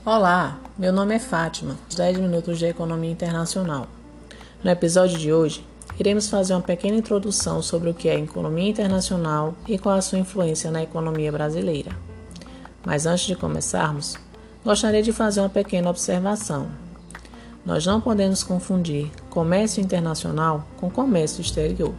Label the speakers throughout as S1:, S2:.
S1: Olá, meu nome é Fátima, 10 minutos de Economia Internacional. No episódio de hoje, iremos fazer uma pequena introdução sobre o que é economia internacional e qual a sua influência na economia brasileira. Mas antes de começarmos, gostaria de fazer uma pequena observação. Nós não podemos confundir comércio internacional com comércio exterior.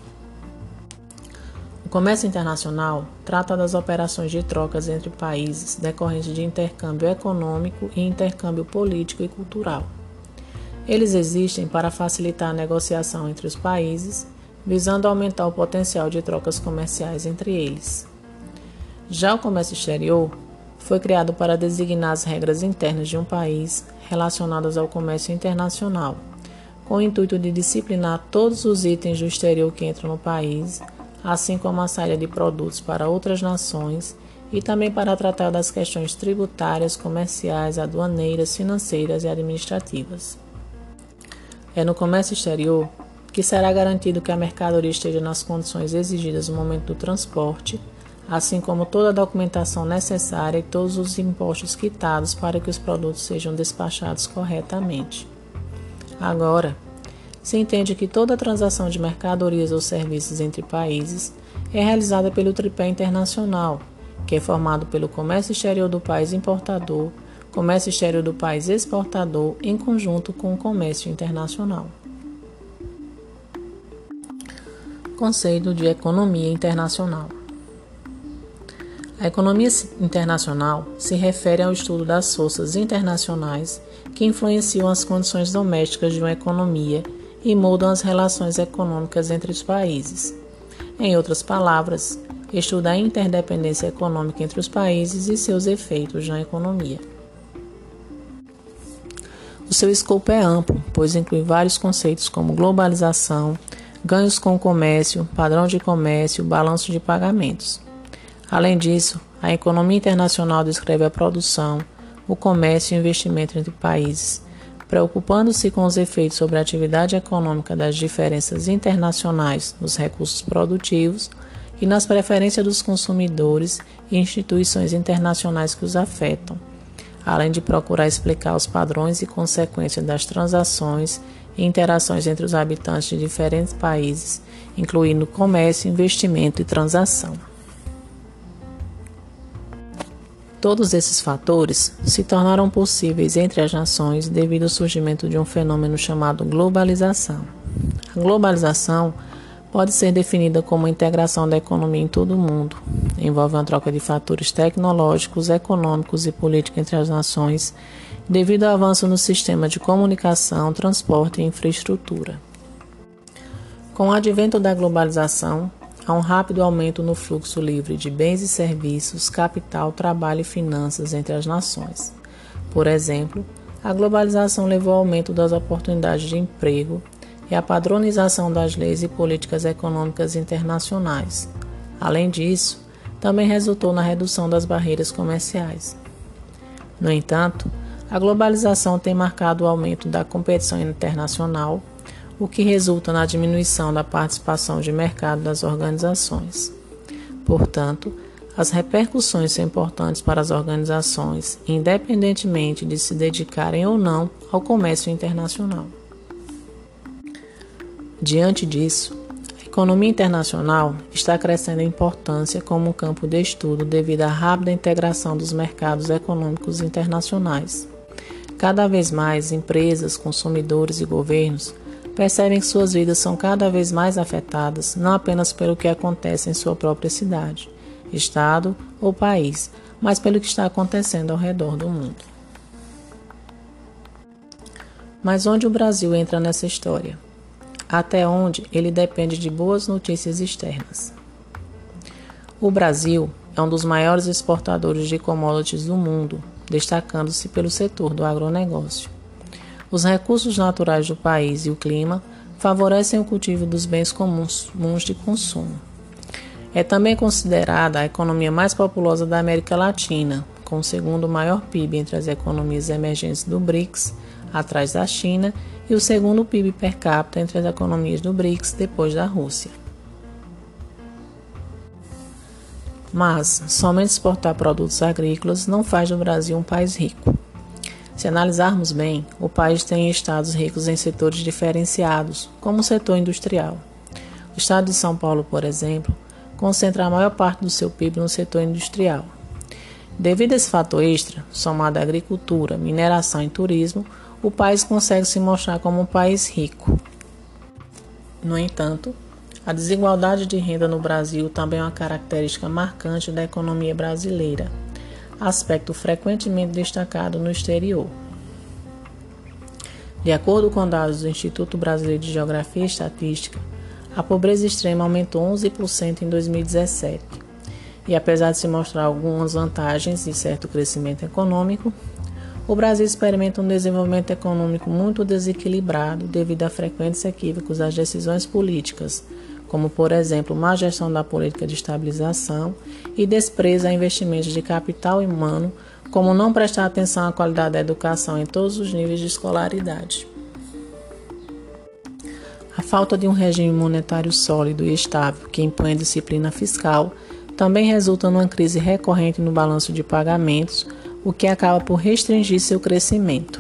S1: O comércio internacional trata das operações de trocas entre países decorrentes de intercâmbio econômico e intercâmbio político e cultural. Eles existem para facilitar a negociação entre os países, visando aumentar o potencial de trocas comerciais entre eles. Já o comércio exterior foi criado para designar as regras internas de um país relacionadas ao comércio internacional, com o intuito de disciplinar todos os itens do exterior que entram no país, assim como a saída de produtos para outras nações e também para tratar das questões tributárias, comerciais, aduaneiras, financeiras e administrativas. É no comércio exterior que será garantido que a mercadoria esteja nas condições exigidas no momento do transporte, assim como toda a documentação necessária e todos os impostos quitados para que os produtos sejam despachados corretamente. Agora, se entende que toda transação de mercadorias ou serviços entre países é realizada pelo tripé internacional, que é formado pelo comércio exterior do país importador, comércio exterior do país exportador, em conjunto com o comércio internacional. Conceito de economia internacional. A economia internacional se refere ao estudo das forças internacionais que influenciam as condições domésticas de uma economia e moldam as relações econômicas entre os países. Em outras palavras, estuda a interdependência econômica entre os países e seus efeitos na economia. O seu escopo é amplo, pois inclui vários conceitos como globalização, ganhos com o comércio, padrão de comércio, balanço de pagamentos. Além disso, a economia internacional descreve a produção, o comércio e o investimento entre países, preocupando-se com os efeitos sobre a atividade econômica das diferenças internacionais nos recursos produtivos e nas preferências dos consumidores e instituições internacionais que os afetam, além de procurar explicar os padrões e consequências das transações e interações entre os habitantes de diferentes países, incluindo comércio, investimento e transação. Todos esses fatores se tornaram possíveis entre as nações devido ao surgimento de um fenômeno chamado globalização. A globalização pode ser definida como a integração da economia em todo o mundo. Envolve uma troca de fatores tecnológicos, econômicos e políticos entre as nações, devido ao avanço no sistema de comunicação, transporte e infraestrutura. Com o advento da globalização, há um rápido aumento no fluxo livre de bens e serviços, capital, trabalho e finanças entre as nações. Por exemplo, a globalização levou ao aumento das oportunidades de emprego e à padronização das leis e políticas econômicas internacionais. Além disso, também resultou na redução das barreiras comerciais. No entanto, a globalização tem marcado o aumento da competição internacional, o que resulta na diminuição da participação de mercado das organizações. Portanto, as repercussões são importantes para as organizações, independentemente de se dedicarem ou não ao comércio internacional. Diante disso, a economia internacional está crescendo em importância como um campo de estudo devido à rápida integração dos mercados econômicos internacionais. Cada vez mais, empresas, consumidores e governos percebem que suas vidas são cada vez mais afetadas, não apenas pelo que acontece em sua própria cidade, estado ou país, mas pelo que está acontecendo ao redor do mundo. Mas onde o Brasil entra nessa história? Até onde ele depende de boas notícias externas. O Brasil é um dos maiores exportadores de commodities do mundo, destacando-se pelo setor do agronegócio. Os recursos naturais do país e o clima favorecem o cultivo dos bens comuns de consumo. É também considerada a economia mais populosa da América Latina, com o segundo maior PIB entre as economias emergentes do BRICS, atrás da China, e o segundo PIB per capita entre as economias do BRICS, depois da Rússia. Mas somente exportar produtos agrícolas não faz do Brasil um país rico. Se analisarmos bem, o país tem estados ricos em setores diferenciados, como o setor industrial. O estado de São Paulo, por exemplo, concentra a maior parte do seu PIB no setor industrial. Devido a esse fator extra, somado à agricultura, mineração e turismo, o país consegue se mostrar como um país rico. No entanto, a desigualdade de renda no Brasil também é uma característica marcante da economia brasileira, aspecto frequentemente destacado no exterior. De acordo com dados do Instituto Brasileiro de Geografia e Estatística, a pobreza extrema aumentou 11% em 2017. E apesar de se mostrar algumas vantagens de certo crescimento econômico, o Brasil experimenta um desenvolvimento econômico muito desequilibrado devido a frequentes equívocos das decisões políticas, como, por exemplo, má gestão da política de estabilização e desprezo a investimentos de capital humano, como não prestar atenção à qualidade da educação em todos os níveis de escolaridade. A falta de um regime monetário sólido e estável que impõe a disciplina fiscal também resulta numa crise recorrente no balanço de pagamentos, o que acaba por restringir seu crescimento.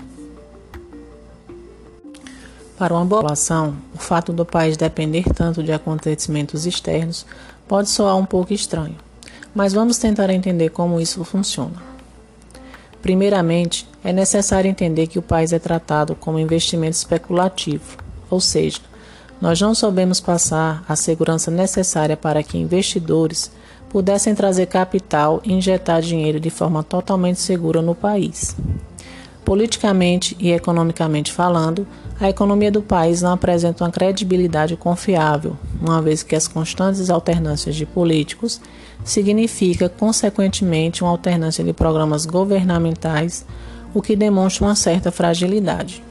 S1: Para uma população, o fato do país depender tanto de acontecimentos externos pode soar um pouco estranho, mas vamos tentar entender como isso funciona. Primeiramente, é necessário entender que o país é tratado como investimento especulativo, ou seja, nós não soubemos passar a segurança necessária para que investidores pudessem trazer capital e injetar dinheiro de forma totalmente segura no país. Politicamente e economicamente falando, a economia do país não apresenta uma credibilidade confiável, uma vez que as constantes alternâncias de políticos significa, consequentemente, uma alternância de programas governamentais, o que demonstra uma certa fragilidade.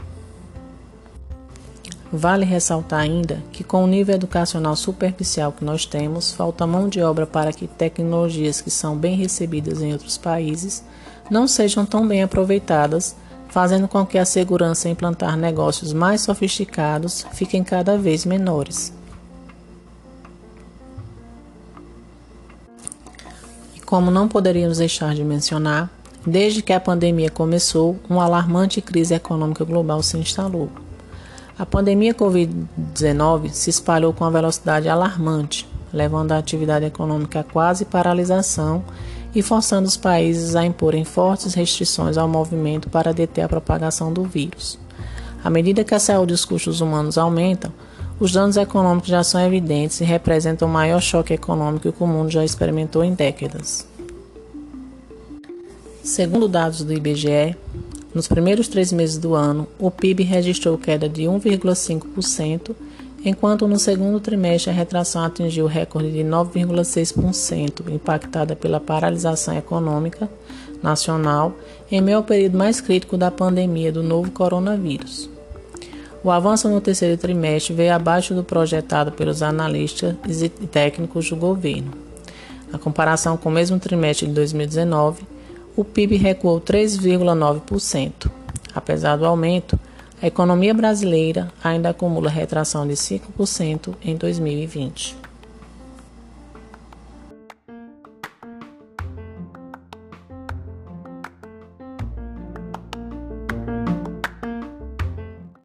S1: Vale ressaltar ainda que, com o nível educacional superficial que nós temos, falta mão de obra para que tecnologias que são bem recebidas em outros países não sejam tão bem aproveitadas, fazendo com que a segurança em implantar negócios mais sofisticados fiquem cada vez menores. E como não poderíamos deixar de mencionar, desde que a pandemia começou, uma alarmante crise econômica global se instalou. A pandemia Covid-19 se espalhou com uma velocidade alarmante, levando a atividade econômica a quase paralisação e forçando os países a imporem fortes restrições ao movimento para deter a propagação do vírus. À medida que a saúde e os custos humanos aumentam, os danos econômicos já são evidentes e representam o maior choque econômico que o mundo já experimentou em décadas. Segundo dados do IBGE, nos primeiros 3 meses do ano, o PIB registrou queda de 1,5%, enquanto no segundo trimestre a retração atingiu o recorde de 9,6%, impactada pela paralisação econômica nacional em meio ao período mais crítico da pandemia do novo coronavírus. O avanço no terceiro trimestre veio abaixo do projetado pelos analistas e técnicos do governo. Na comparação com o mesmo trimestre de 2019, o PIB recuou 3,9%. Apesar do aumento, a economia brasileira ainda acumula retração de 5% em 2020.